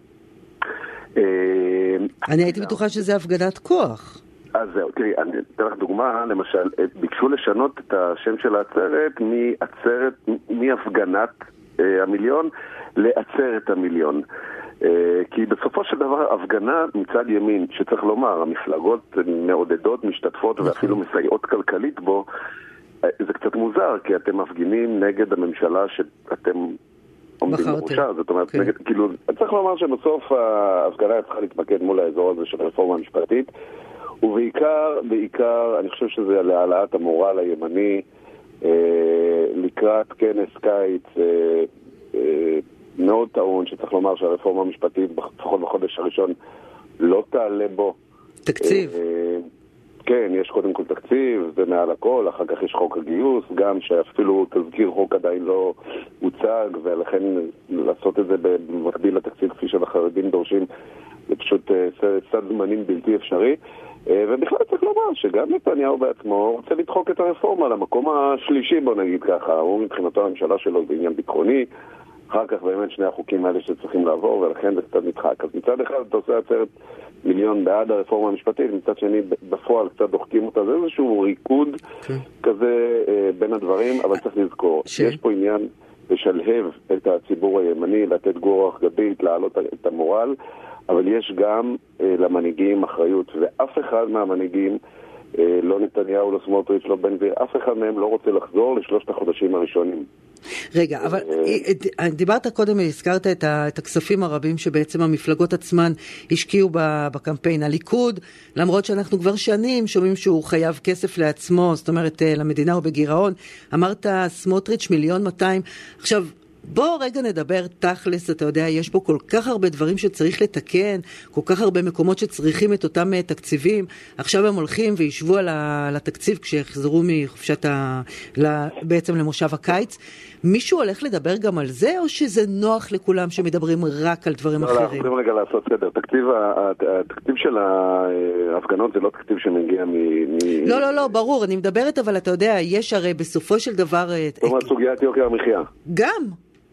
אני הייתי בטוחה שזה הפגנת כוח. אז זהו, תראי, אני אתן לך דוגמה, למשל, ביקשו לשנות את השם של העצרת מעצרת, מהפגנת המיליון לעצרת המיליון. כי בסופו של דבר הפגנה מצד ימין, שצריך לומר, המפלגות מעודדות, משתתפות ואפילו מסייעות כלכלית בו, זה קצת מוזר, כי אתם מפגינים נגד הממשלה שאתם עומדים בראשה. זאת אומרת, נגד, כאילו, צריך לומר שבסוף ההפגנה צריכה להתמקד מול האזור הזה של הרפורמה המשפטית, ובעיקר, בעיקר, אני חושב שזה להעלאת המורל הימני לקראת כנס קיץ מאוד טעון, שצריך לומר שהרפורמה המשפטית לפחות בחודש הראשון לא תעלה בו תקציב. כן, יש קודם כל תקציב, זה מעל הכל, אחר כך יש חוק הגיוס, גם שאפילו תזכיר חוק עדיין לא הוצג, ולכן לעשות את זה במקביל לתקציב כפי שהחרדים דורשים, זה פשוט סד זמנים בלתי אפשרי. ובכלל צריך לומר שגם נתניהו בעצמו רוצה לדחוק את הרפורמה למקום השלישי, בוא נגיד ככה. הוא מבחינתו הממשלה שלו בעניין ביטחוני, אחר כך באמת שני החוקים האלה שצריכים לעבור, ולכן זה קצת נדחק. אז מצד אחד אתה עושה עצרת מיליון בעד הרפורמה המשפטית, מצד שני בפועל קצת דוחקים אותה. זה איזשהו ריקוד okay. כזה אה, בין הדברים, אבל צריך לזכור. ש... יש פה עניין לשלהב את הציבור הימני, לתת גורח גבית, להעלות את המורל, אבל יש גם אה, למנהיגים אחריות, ואף אחד מהמנהיגים, אה, לא נתניהו, לא סמוטריץ', לא בן גביר, אף אחד מהם לא רוצה לחזור לשלושת החודשים הראשונים. רגע, אבל דיברת קודם והזכרת את הכספים הרבים שבעצם המפלגות עצמן השקיעו בקמפיין. הליכוד, למרות שאנחנו כבר שנים שומעים שהוא חייב כסף לעצמו, זאת אומרת למדינה או בגירעון, אמרת סמוטריץ' מיליון מאתיים. עכשיו, בוא רגע נדבר תכלס, אתה יודע, יש פה כל כך הרבה דברים שצריך לתקן, כל כך הרבה מקומות שצריכים את אותם תקציבים. עכשיו הם הולכים וישבו על התקציב כשיחזרו מחופשת ה... בעצם למושב הקיץ. מישהו הולך לדבר גם על זה, או שזה נוח לכולם שמדברים רק על דברים אחרים? לא, אנחנו יכולים רגע לעשות סדר. התקציב של ההפגנות זה לא תקציב שמגיע מ... לא, לא, לא, ברור, אני מדברת, אבל אתה יודע, יש הרי בסופו של דבר... זאת אומרת, סוגיית יוקר המחיה. גם.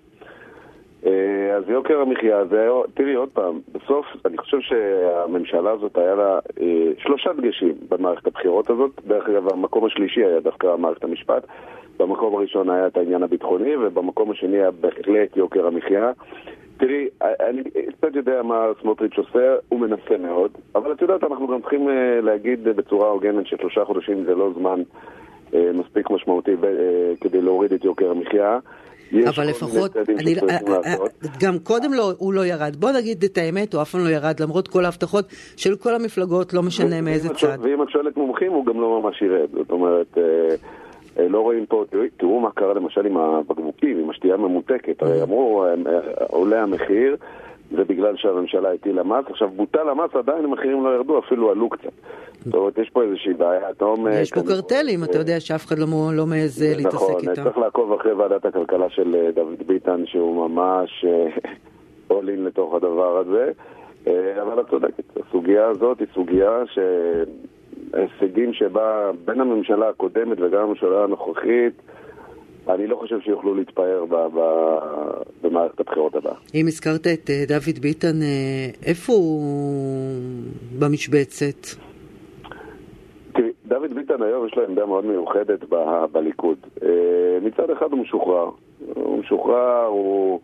אז יוקר המחיה, זה, תראי עוד פעם, בסוף אני חושב שהממשלה הזאת היה לה שלושה דגשים במערכת הבחירות הזאת. דרך אגב, המקום השלישי היה דווקא מערכת המשפט. במקום הראשון היה את העניין הביטחוני, ובמקום השני היה בהחלט יוקר המחיה. תראי, אני קצת יודע מה סמוטריץ' עושה, הוא מנסה מאוד, אבל את יודעת, אנחנו גם צריכים להגיד בצורה הוגנת ששלושה חודשים זה לא זמן מספיק משמעותי כדי להוריד את יוקר המחיה. אבל לפחות, אני, גם קודם לא, הוא לא ירד. בוא נגיד את האמת, הוא אף פעם לא ירד, למרות כל ההבטחות של כל המפלגות, לא משנה מאיזה צד. ואם את שואלת מומחים, הוא גם לא ממש ירד. זאת אומרת, לא רואים פה, תראו מה קרה למשל עם הבקבוקים, עם השתייה ממותקת. הרי אמרו, עולה המחיר, זה בגלל שהממשלה הטילה מס. עכשיו, בוטל המס, עדיין המחירים לא ירדו, אפילו עלו קצת. זאת אומרת, יש פה איזושהי בעיה. יש פה קרטלים, אתה יודע שאף אחד לא מעז להתעסק איתם. נכון, צריך לעקוב אחרי ועדת הכלכלה של דוד ביטן, שהוא ממש עולין לתוך הדבר הזה. אבל את צודקת, הסוגיה הזאת היא סוגיה שההישגים שבה בין הממשלה הקודמת וגם הממשלה הנוכחית, אני לא חושב שיוכלו להתפאר במערכת הבחירות הבאה. אם הזכרת את דוד ביטן, איפה הוא במשבצת? תראי, דוד ביטן היום יש לו עמדה מאוד מיוחדת בליכוד. מצד אחד הוא משוחרר. הוא משוחרר, הוא...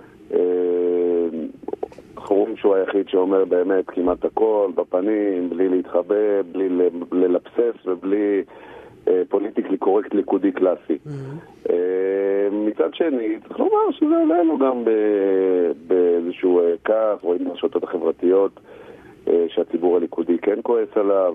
אנחנו רואים שהוא היחיד שאומר באמת כמעט הכל, בפנים, בלי להתחבא, בלי ללפסס ובלי... פוליטיקלי קורקט ליכודי קלאסי. מצד שני, צריך לומר שזה עולה לו גם באיזשהו כך, רואים ברשתות החברתיות שהציבור הליכודי כן כועס עליו.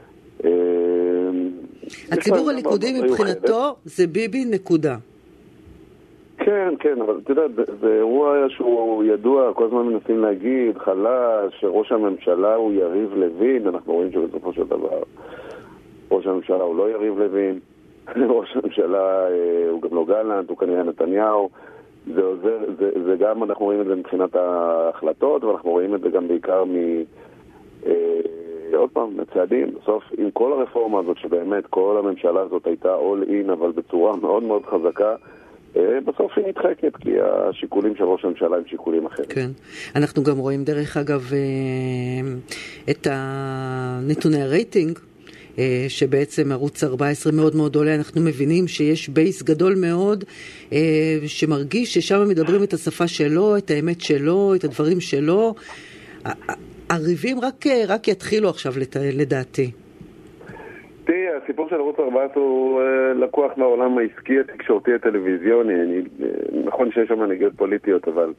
הציבור הליכודי מבחינתו זה ביבי נקודה. כן, כן, אבל אתה יודע, זה אירוע שהוא ידוע, כל הזמן מנסים להגיד, חלש, שראש הממשלה הוא יריב לוין, אנחנו רואים שבסופו של דבר ראש הממשלה הוא לא יריב לוין, ראש הממשלה הוא גם לא גלנט, הוא כנראה נתניהו. זה עוזר, זה, זה גם, אנחנו רואים את זה מבחינת ההחלטות, ואנחנו רואים את זה גם בעיקר מ... אה, עוד פעם, מצעדים. בסוף, עם כל הרפורמה הזאת, שבאמת כל הממשלה הזאת הייתה all in, אבל בצורה מאוד מאוד חזקה, אה, בסוף היא נדחקת, כי השיקולים של ראש הממשלה הם שיקולים אחרים. כן. אנחנו גם רואים דרך אגב אה, את הנתוני הרייטינג, שבעצם ערוץ ארבע עשרה מאוד מאוד עולה. אנחנו מבינים שיש בייס גדול מאוד שמרגיש ששם מדברים את השפה שלו, את האמת שלו, את הדברים שלו. הריבים רק, רק יתחילו עכשיו לדעתי. תראי, הסיפור של ערוץ ארבע עשרה הוא לקוח מהעולם העסקי, התקשורתי, הטלוויזיוני. אני, נכון שיש שם מנהיגות פוליטיות, אבל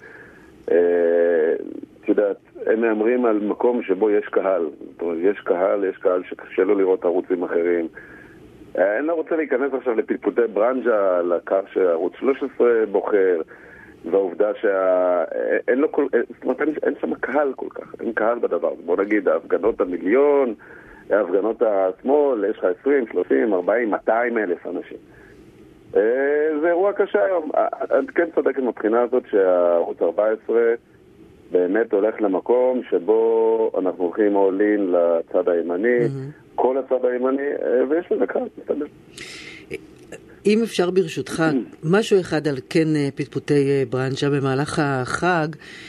את יודעת, הם מאמרים על מקום שבו יש קהל. זאת אומרת, יש קהל, יש קהל שקשה לו לראות ערוצים אחרים. אני לא רוצה להיכנס עכשיו לפלפוטי ברנג'ה, לקו שערוץ שלוש עשרה בוחר, והעובדה שאין לו כל... זאת אומרת, אין שם קהל כל כך, אין קהל בדבר. בוא נגיד, ההפגנות המיליון, ההפגנות השמאל, יש לך עשרים, שלושים, ארבעים, מאתיים אלף אנשים. זה אירוע קשה היום. את כן צודקת מבחינה הזאת שהערוץ ארבע עשרה באמת הולך למקום שבו אנחנו הולכים עולין לצד הימני, mm-hmm. כל הצד הימני, ויש לזה קהל, מסתבר. אם אפשר ברשותך, משהו אחד על כן פטפוטי ברנז'ה במהלך החג,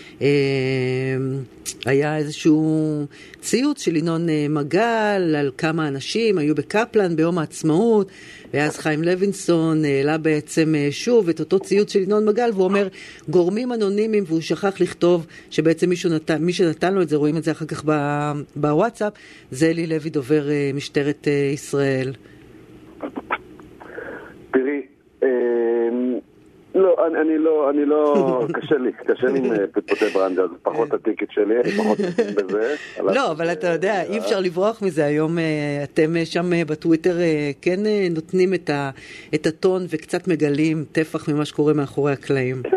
היה איזשהו ציוץ של ינון מגל על כמה אנשים היו בקפלן ביום העצמאות, ואז חיים לוינסון העלה בעצם שוב את אותו ציוץ של ינון מגל, והוא אומר גורמים אנונימיים, והוא שכח לכתוב שבעצם מישהו נתן, מי שנתן לו את זה, רואים את זה אחר כך בוואטסאפ, זה אלי לוי דובר משטרת ישראל. תראי, לא, אני לא, אני לא, קשה לי, קשה לי עם פטפוטי ברנז'ה, זה פחות הטיקט שלי, אני פחות נותן בזה. לא, אבל אתה יודע, אי אפשר לברוח מזה, היום אתם שם בטוויטר כן נותנים את הטון וקצת מגלים טפח ממה שקורה מאחורי הקלעים. כן,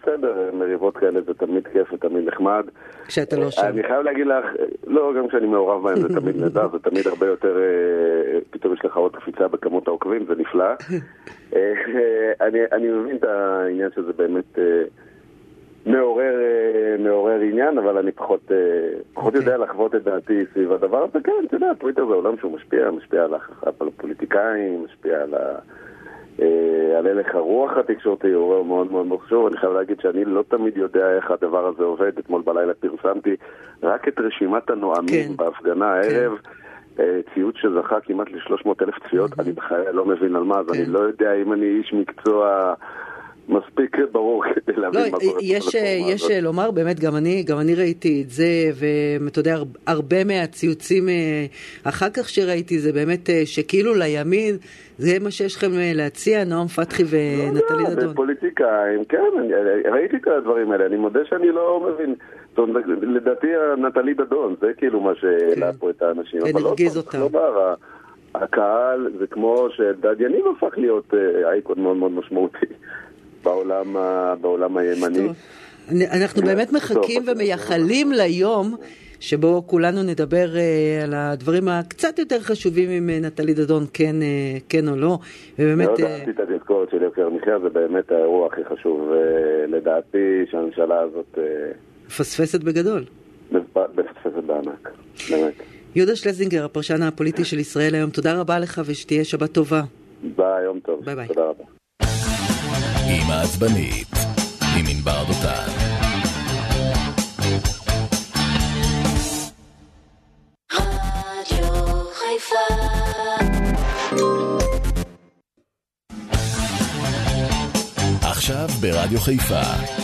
בסדר, מריבות כאלה זה תמיד כיף ותמיד נחמד. כשאתה לא שם. אני חייב להגיד לך, לא, גם כשאני מעורב בהם זה תמיד נדע, זה תמיד הרבה יותר, פתאום יש לך עוד קפיצה בכמות העוקבים, זה נפלא. אני, אני מבין את העניין שזה באמת מעורר, מעורר עניין, אבל אני פחות, פחות יודע לחוות את דעתי סביב הדבר הזה. כן, אתה יודע, טוויטר זה עולם שהוא משפיע, משפיע על הפוליטיקאים, משפיע על ה... על הלך הרוח התקשורתי, הוא מאוד מאוד מאוד חשוב. אני חייב להגיד שאני לא תמיד יודע איך הדבר הזה עובד. אתמול בלילה פרסמתי רק את רשימת הנואמים כן. בהפגנה הערב, כן. ציוט שזכה כמעט ל-שלוש מאות אלף צפיות. אני בחיי לא מבין על מה, אז כן. אני לא יודע אם אני איש מקצוע מספיק ברור כדי להבין לא, מה קורה. יש, יש לומר, באמת, גם אני, גם אני ראיתי את זה, ואתה יודע, הרבה מהציוצים אחר כך שראיתי, זה באמת שכאילו לימין, זה מה שיש לכם להציע, נועם פתחי ונטלי דדון. לא, בפוליטיקאים, כן, ראיתי את הדברים האלה, אני מודה שאני לא מבין, לדעתי נטלי דדון, זה כאילו מה שהעלה פה את האנשים, אבל לא אותם. הקהל זה כמו שדד יניב הפך להיות אייקון מאוד מאוד משמעותי. בעולם, בעולם הימני. אנחנו באמת מחכים ומייחלים ליום שבו כולנו נדבר על הדברים הקצת יותר חשובים עם נטלי דדון, כן, כן או לא. ובאמת... מאוד אהבתי את התזכורת של יוקר המחיה, זה באמת האירוע הכי חשוב לדעתי שהממשלה הזאת... פספסת בגדול. בפספסת בענק, באמת. יהודה שלזינגר, הפרשן הפוליטי של ישראל היום, תודה רבה לך ושתהיה שבת טובה. ביי, יום טוב. ביי ביי. תודה רבה. עם העצבנית, עם ענבר דותן. רדיו חיפה. עכשיו ברדיו חיפה,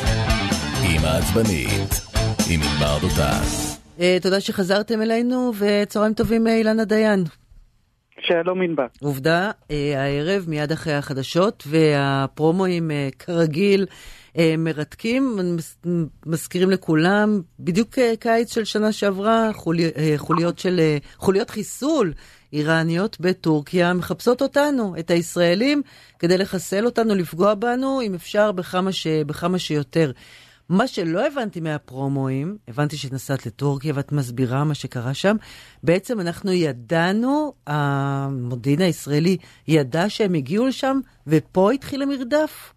עם העצבנית, עם ענבר דותן. תודה שחזרתם אלינו, וצהריים טובים אילנה דיין. שלום ענבר. עובדה, הערב מיד אחרי החדשות, והפרומואים כרגיל מרתקים, מזכירים לכולם, בדיוק קיץ של שנה שעברה, חוליות, של, חוליות חיסול איראניות בטורקיה, מחפשות אותנו, את הישראלים, כדי לחסל אותנו, לפגוע בנו, אם אפשר בכמה, ש, בכמה שיותר. מה שלא הבנתי מהפרומואים, הבנתי שנסעת לטורקיה ואת מסבירה מה שקרה שם, בעצם אנחנו ידענו, המודיעין הישראלי ידע שהם הגיעו לשם, ופה התחיל המרדף.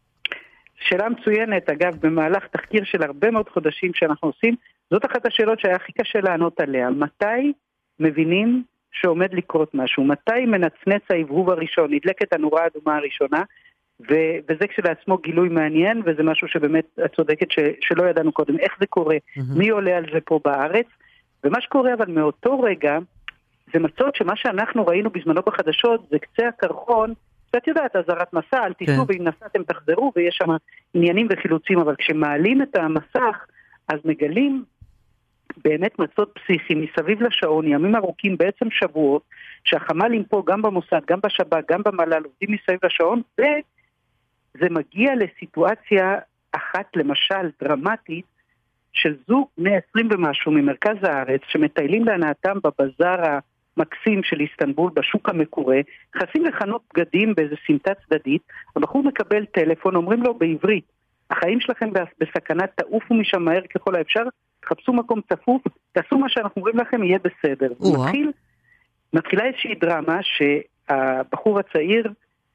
שאלה מצוינת, אגב, במהלך תחקיר של הרבה מאוד חודשים שאנחנו עושים, זאת אחת השאלות שהיה הכי קשה לענות עליה. מתי מבינים שעומד לקרות משהו? מתי מנצנץ ההבהוב הראשון, נדלקת הנורה האדומה הראשונה, ו- וזה כשלעצמו גילוי מעניין, וזה משהו שבאמת את צודקת ש- שלא ידענו קודם. איך זה קורה? Mm-hmm. מי עולה על זה פה בארץ? ומה שקורה אבל מאותו רגע, זה מצאות שמה שאנחנו ראינו בזמנו בחדשות, זה קצה הקרחון, שאת יודעת, הזרת מסע, אל תיסעו, כן. ואם נסעתם תחזרו, ויש שם עניינים וחילוצים, אבל כשמעלים את המסך, אז מגלים באמת מצאות פסיכיים מסביב לשעון, ימים ארוכים, בעצם שבועות, שהחמ"לים פה גם במוסד, גם בשב"כ, גם במל"ל, עובדים מסביב לשעון, ו... זה מגיע לסיטואציה אחת, למשל, דרמטית, של זוג בני עשרים ומשהו ממרכז הארץ, שמטיילים להנאתם בבזאר המקסים של איסטנבול, בשוק המקורה, נכנסים לחנות בגדים באיזו סמטה צדדית, הבחור מקבל טלפון, אומרים לו בעברית, החיים שלכם בסכנה, תעופו משם מהר ככל האפשר, תחפשו מקום צפוף, תעשו מה שאנחנו אומרים לכם, יהיה בסדר. מתחיל, מתחילה איזושהי דרמה שהבחור הצעיר,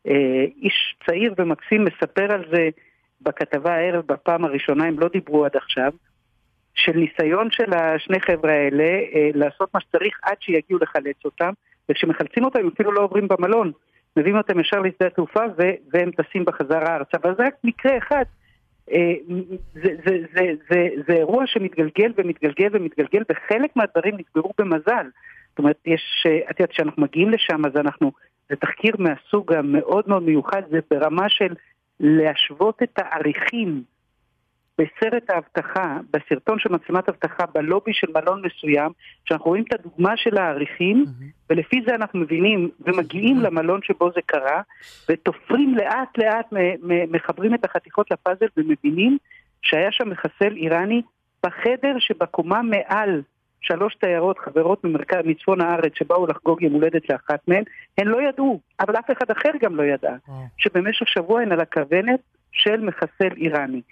איש צעיר ומקסים מספר על זה בכתבה הערב בפעם הראשונה, הם לא דיברו עד עכשיו, של ניסיון של השני חבר'ה האלה לעשות מה שצריך עד שיגיעו לחלץ אותם, וכשמחלצים אותם הם אפילו לא עוברים במלון, מביאים אותם ישר לשדה התעופה והם טסים בחזרה הארצה. אבל זה רק מקרה אחד, זה, זה, זה, זה, זה אירוע שמתגלגל ומתגלגל ומתגלגל, וחלק מהדברים נקברו במזל. זאת אומרת, יש, את יודעת, כשאנחנו מגיעים לשם, אז אנחנו, זה תחקיר מהסוג המאוד מאוד מיוחד, זה ברמה של להשוות את העריכים בסרט ההבטחה, בסרטון של מצלמת הבטחה, בלובי של מלון מסוים, שאנחנו רואים את הדוגמה של העריכים, mm-hmm. ולפי זה אנחנו מבינים ומגיעים mm-hmm. למלון שבו זה קרה, ותופרים לאט לאט, מחברים את החתיכות לפאזל, ומבינים שהיה שם מחסל איראני בחדר שבקומה מעל שלוש תיירות חברות ממרכז, מצפון הארץ שבאו לחגוג יום הולדת לאחת מהן, הן לא ידעו, אבל אף אחד אחר גם לא ידע, mm-hmm. שבמשך שבוע הן על הכוונת של מחסל איראני.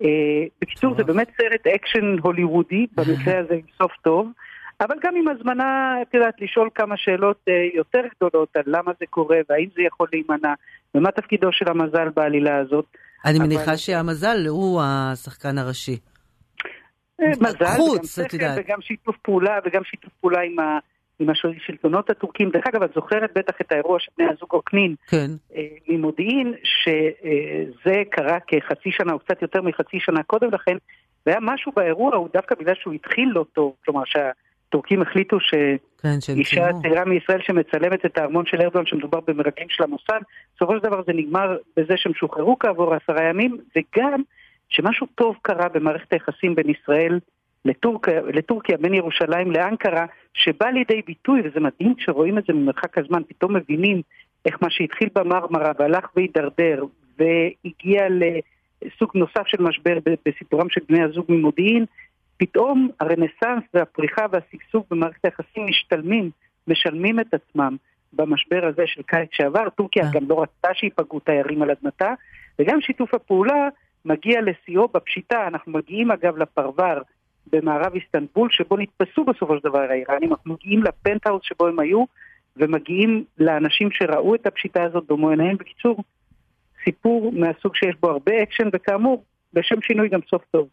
בקיצור, זה באמת סרט אקשן הוליוודי, במקרה הזה עם סוף טוב, אבל גם עם הזמנה, את יודעת, לשאול כמה שאלות יותר גדולות על למה זה קורה, והאם זה יכול להימנע, ומה תפקידו של המזל בעלילה הזאת. אני מניחה שהמזל הוא השחקן הראשי. מזל, חוץ, וגם שכל, וגם שיתוף פעולה, וגם שיתוף פעולה עם ה... עם השלטונות הטורקים. דרך אגב, את זוכרת בטח את האירוע של בני הזוג אוקנין, כן. ממודיעין, שזה קרה כחצי שנה, או קצת יותר מחצי שנה קודם לכן, והיה משהו באירוע, הוא דווקא בגלל שהוא התחיל לא טוב, כלומר שהטורקים החליטו שאישה צעירה מישראל שמצלמת את הארמון של ארדואן, שמדובר במרגלים של המוסד, בסופו של דבר זה נגמר בזה שהם שוחררו כעבור עשרה ימים, וגם שמשהו טוב קרה במערכת היחסים בין ישראל לטורקיה, לטורקיה בין ירושלים לאנקרה, שבא לידי ביטוי, וזה מדהים שרואים את זה ממרחק הזמן, פתאום מבינים איך מה שהתחיל במרמרה והלך והידרדר, והגיע לסוג נוסף של משבר בסיפורם של בני הזוג ממודיעין, פתאום הרנסנס והפריחה והסגסוג במערכת היחסים משתלמים, משלמים את עצמם במשבר הזה של קיץ שעבר. טורקיה גם לא רצתה שיפגעו תיירים על אדמתה, וגם שיתוף הפעולה מגיע לסיוע בפשיטה. אנחנו מגיעים אגב לפרוור במערב איסטנבול, שבו נתפסו בסופו של דבר האיראנים, אנחנו מגיעים לפנטהאוס שבו הם היו, ומגיעים לאנשים שראו את הפשיטה הזאת במו עיניהם. בקיצור, סיפור מהסוג שיש בו הרבה אקשן, וכאמור, בשם שינוי גם סוף טוב.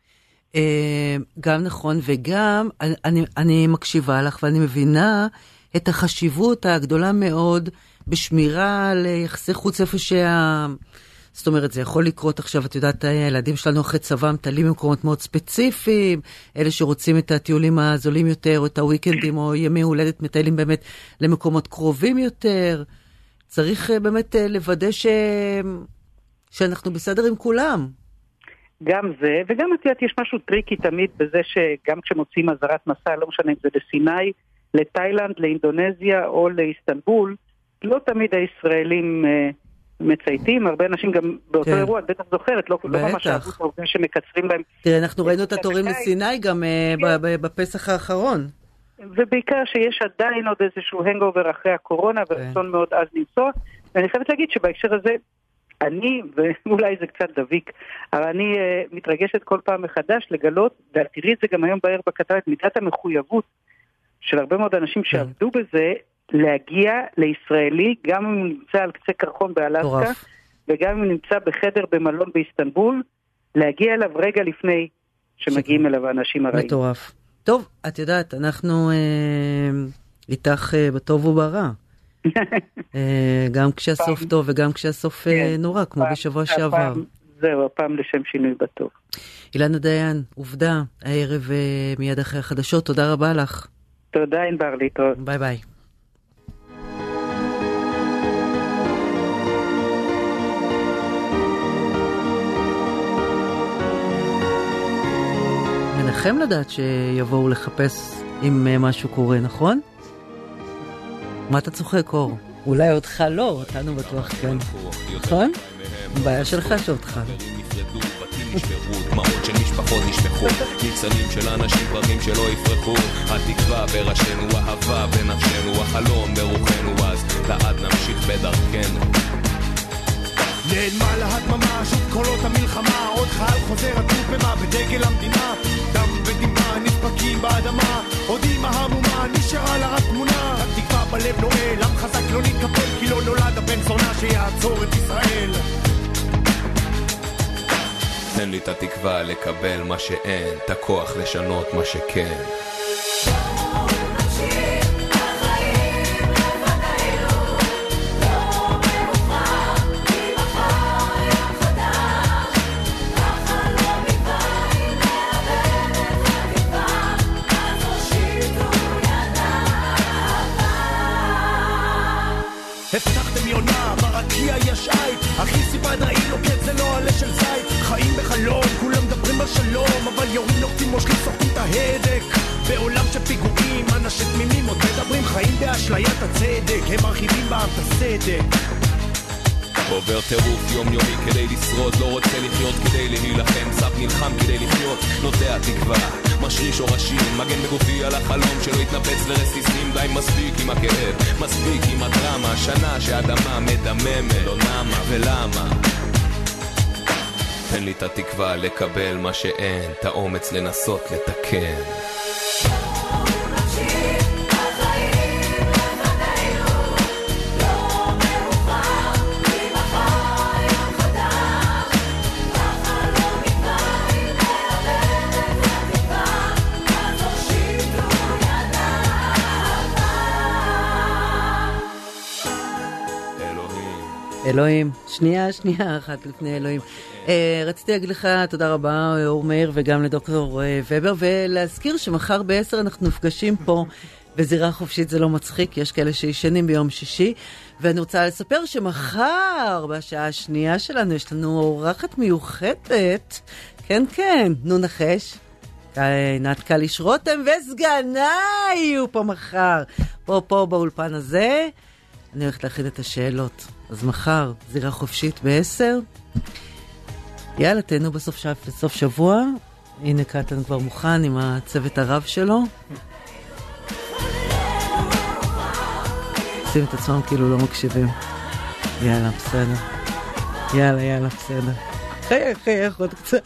גם נכון, וגם אני, אני מקשיבה לך, ואני מבינה את החשיבות הגדולה מאוד בשמירה על יחסי חוץ איפה שה... זאת אומרת, זה יכול לקרות עכשיו, את יודעת, הילדים שלנו אחרי צבא מטיילים במקומות מאוד ספציפיים, אלה שרוצים את הטיולים הזולים יותר, או את הוויקנדים, או ימי הולדת, מטיילים באמת למקומות קרובים יותר. צריך באמת לוודא ש... שאנחנו בסדר עם כולם. גם זה, וגם את יודעת, יש משהו טריקי תמיד בזה שגם כשמוצאים אזהרת מסע, לא משנה אם זה לסיני, לתאילנד, לאינדונזיה או לאיסטנבול, לא תמיד הישראלים... מצייתים, הרבה אנשים גם באותו כן. אירוע, בטח זוכרת, לא, לא ממש אהבו את העובדים שמקצרים להם. תראה, אנחנו ראינו את התורים לסיני גם כן. בפסח האחרון. ובעיקר שיש עדיין עוד איזשהו הנגאובר אחרי הקורונה, כן. ורצון מאוד אז לנסוע, ואני חייבת להגיד שבהקשר הזה, אני, ואולי זה קצת דביק, אבל אני uh, מתרגשת כל פעם מחדש לגלות, ותראי את זה גם היום בערב בכתבה, את מידת המחויבות של הרבה מאוד אנשים שעבדו כן. בזה, להגיע לישראלי, גם אם הוא נמצא על קצה קרחון באלסקה, וגם אם הוא נמצא בחדר במלון באיסטנבול, להגיע אליו רגע לפני שמגיעים אליו האנשים הרעים. מטורף. טוב, את יודעת, אנחנו אה, איתך אה, בטוב וברע. אה, גם כשהסוף פעם, טוב וגם כשהסוף כן, אה, נורא, כמו פעם, בשבוע שעבר. הפעם, זהו, הפעם לשם שינוי בטוב. אילנה דיין, עובדה, הערב אה, מיד אחרי החדשות, תודה רבה לך. תודה, ענבר, להתראות. ביי ביי. מנחם לדעת שיבואו לחפש אם משהו קורה, נכון? מה אתה צוחק, אור? אולי אותך לא, אותנו בטוח כן. נכון? בעיה שלך שאותך. דמעות של משפחות נשפכו, ניצנים של אנשים פרחים שלא יפרחו, התקווה בראשנו, אהבה בנפשנו, החלום ברוחנו, אז לעד נמשיך בדרכנו. נעלמה להדממה, שוב קולות המלחמה, עוד חייל חוזר עטוף במה בדגל המדינה, דם ודמעה נדפקים באדמה, עוד אמא המומה נשארה לה רק תמונה, התקווה בלב נועל, עם חזק לא נתקפל, כי לא נולד הבן זונה שיעצור את ישראל. תן לי את התקווה לקבל מה שאין, את הכוח לשנות מה שכן. הבטחתם יונה, ברקיע יש עית, אחי סיבה נעים נוקד זה לא עלה של זית, חיים בחלום, כולם מדברים על שלום, אבל יורים נוקטים מושכים סוחקים את ההדק, בעולם של פיגועים, אנשים תמימים עוד מדברים, חיים באשליית הצדק, הם מרחיבים בעם את הסדק. עובר טירוף יומיומי כדי לשרוד, לא רוצה לחיות כדי להילחם, סף נלחם כדי לחיות, נוטע תקווה, משרי שורשים, מגן בגופי על החלום שלא יתנפץ לרסיסים, די מספיק עם הכאב, מספיק עם הדרמה, שנה שהאדמה מדממת, לא נמה ולמה. תן לי את התקווה לקבל מה שאין, את האומץ לנסות לתקן. אלוהים, שנייה, שנייה אחת לפני אלוהים. Uh, רציתי להגיד לך תודה רבה, אור מאיר, וגם לדוקטור uh, ובר, ולהזכיר שמחר בעשר אנחנו נפגשים פה בזירה חופשית. זה לא מצחיק, יש כאלה שישנים ביום שישי, ואני רוצה לספר שמחר, בשעה השנייה שלנו, יש לנו אורחת מיוחדת, כן, כן, נו נחש, עינת קליש רותם וסגנה יהיו פה מחר, פה פה באולפן הזה. אני הולכת להכין את השאלות. אז מחר, זירה חופשית בעשר. יאללה, תהנו בסוף, ש... בסוף שבוע. הנה קטן כבר מוכן עם הצוות הרב שלו. עושים את עצמם כאילו לא מקשיבים. יאללה, בסדר. יאללה, יאללה, בסדר. חייך, חייך עוד קצת.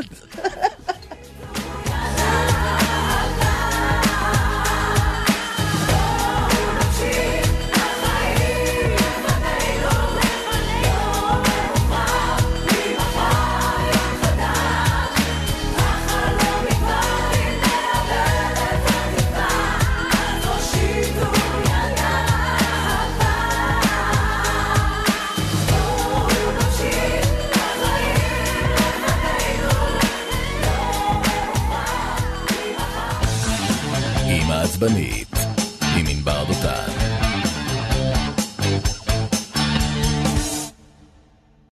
העצבנית עם ענבר דותן.